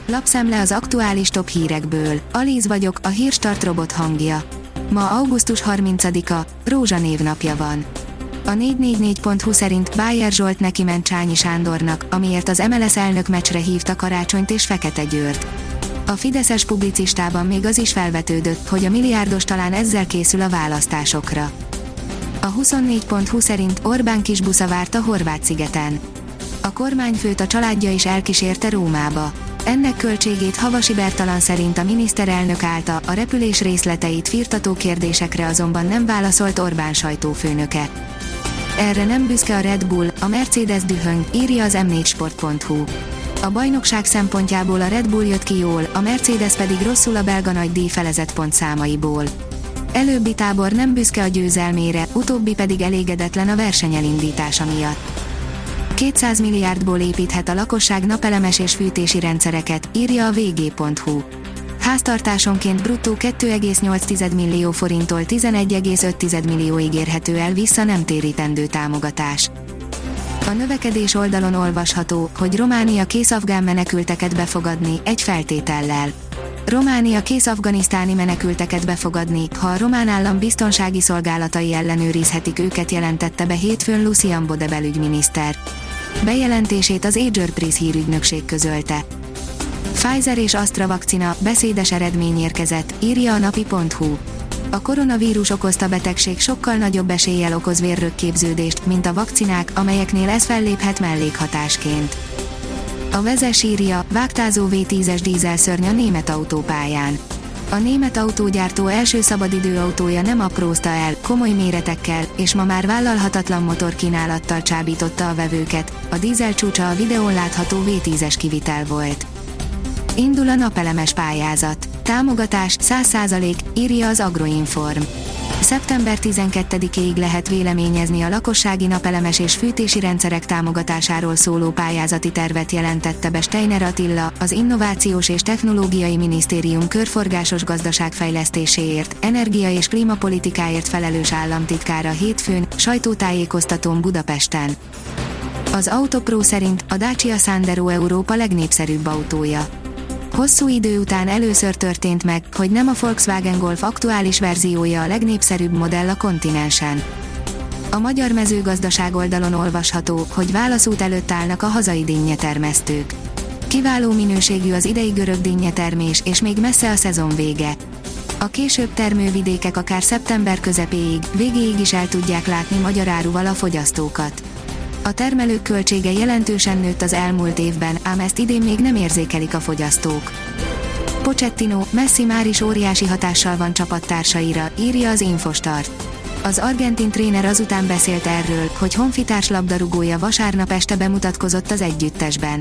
Lapszemle az aktuális top hírekből. Alíz vagyok, a Hírstart robot hangja. Ma augusztus 30-a, Rózsa névnapja van. A 444.hu szerint Bájer Zsolt nekiment Csányi Sándornak, amiért az MLS elnök meccsre hívta Karácsonyt és Fekete Győrt. A fideszes publicistában még az is felvetődött, hogy a milliárdos talán ezzel készül a választásokra. A 24.hu szerint Orbán kisbusza várt a Horvát-szigeten. A kormányfőt a családja is elkísérte Rómába. Ennek költségét Havasi Bertalan szerint a miniszterelnök állta, a repülés részleteit firtató kérdésekre azonban nem válaszolt Orbán sajtófőnöke. Erre nem büszke a Red Bull, a Mercedes dühöng, írja az m4sport.hu. A bajnokság szempontjából a Red Bull jött ki jól, a Mercedes pedig rosszul a belga nagydíj felezett pontszámaiból. Előbbi tábor nem büszke a győzelmére, utóbbi pedig elégedetlen a verseny elindítása miatt. 200 milliárdból építhet a lakosság napelemes és fűtési rendszereket, írja a vg.hu. Háztartásonként bruttó 2,8 millió forinttól 11,5 millióig érhető el vissza nem térítendő támogatás. A növekedés oldalon olvasható, hogy Románia kész afgán menekülteket befogadni, egy feltétellel. Románia kész afganisztáni menekülteket befogadni, ha a román állam biztonsági szolgálatai ellenőrizhetik őket, jelentette be hétfőn Lucian Bode belügyminiszter. Bejelentését az Agerpris hírügynökség közölte. Pfizer és Astra vakcina, beszédes eredmény érkezett, írja a napi.hu. A koronavírus okozta betegség sokkal nagyobb eséllyel okoz vérrögképződést, mint a vakcinák, amelyeknél ez felléphet mellékhatásként. A Vezes írja, vágtázó V10-es dízelszörny a német autópályán. A német autógyártó első szabadidőautója nem aprózta el, komoly méretekkel, és ma már vállalhatatlan motorkínálattal csábította a vevőket, a dízel csúcsa a videón látható V10-es kivitel volt. Indul a napelemes pályázat. Támogatás 100%, írja az Agroinform. Szeptember 12-ig lehet véleményezni a lakossági napelemes és fűtési rendszerek támogatásáról szóló pályázati tervet, jelentette be Steiner Attila, az Innovációs és Technológiai Minisztérium körforgásos gazdaságfejlesztéséért, energia- és klímapolitikáért felelős államtitkára hétfőn, sajtótájékoztatón Budapesten. Az Autopro szerint a Dacia Sandero Európa legnépszerűbb autója. Hosszú idő után először történt meg, hogy nem a Volkswagen Golf aktuális verziója a legnépszerűbb modell a kontinensen. A magyar mezőgazdaság oldalon olvasható, hogy válaszút előtt állnak a hazai dinnyetermesztők. Kiváló minőségű az idei görög dinnyetermés, és még messze a szezon vége. A később termővidékek akár szeptember közepéig, végéig is el tudják látni magyar áruval a fogyasztókat. A termelők költsége jelentősen nőtt az elmúlt évben, ám ezt idén még nem érzékelik a fogyasztók. Pochettino, Messi már is óriási hatással van csapattársaira, írja az Infostart. Az argentin tréner azután beszélt erről, hogy honfitárs labdarúgója vasárnap este bemutatkozott az együttesben.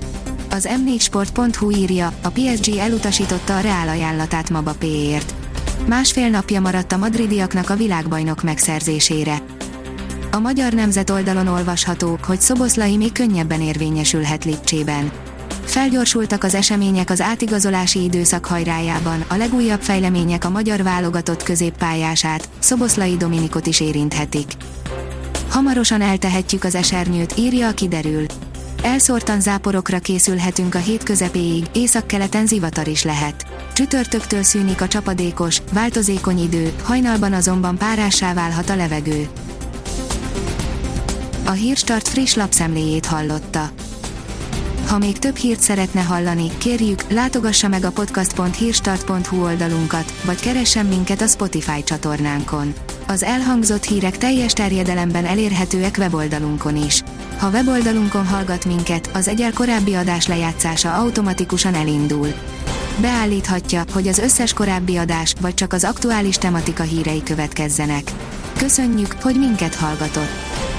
Az m4sport.hu írja, a PSG elutasította a Real ajánlatát Mbappéért. Másfél napja maradt a madridiaknak a világbajnok megszerzésére. A Magyar Nemzet oldalon olvasható, hogy Szoboszlai még könnyebben érvényesülhet Lipcsében. Felgyorsultak az események az átigazolási időszak hajrájában, a legújabb fejlemények a magyar válogatott középpályását, Szoboszlai Dominikot is érinthetik. Hamarosan eltehetjük az esernyőt, írja a Kiderül. Elszórtan záporokra készülhetünk a hét közepéig, északkeleten zivatar is lehet. Csütörtöktől szűnik a csapadékos, változékony idő, hajnalban azonban párássá válhat a levegő. A Hírstart friss lapszemléjét hallotta. Ha még több hírt szeretne hallani, kérjük, látogassa meg a podcast.hírstart.hu oldalunkat, vagy keressen minket a Spotify csatornánkon. Az elhangzott hírek teljes terjedelemben elérhetőek weboldalunkon is. Ha weboldalunkon hallgat minket, az egyel korábbi adás lejátszása automatikusan elindul. Beállíthatja, hogy az összes korábbi adás, vagy csak az aktuális tematika hírei következzenek. Köszönjük, hogy minket hallgatott!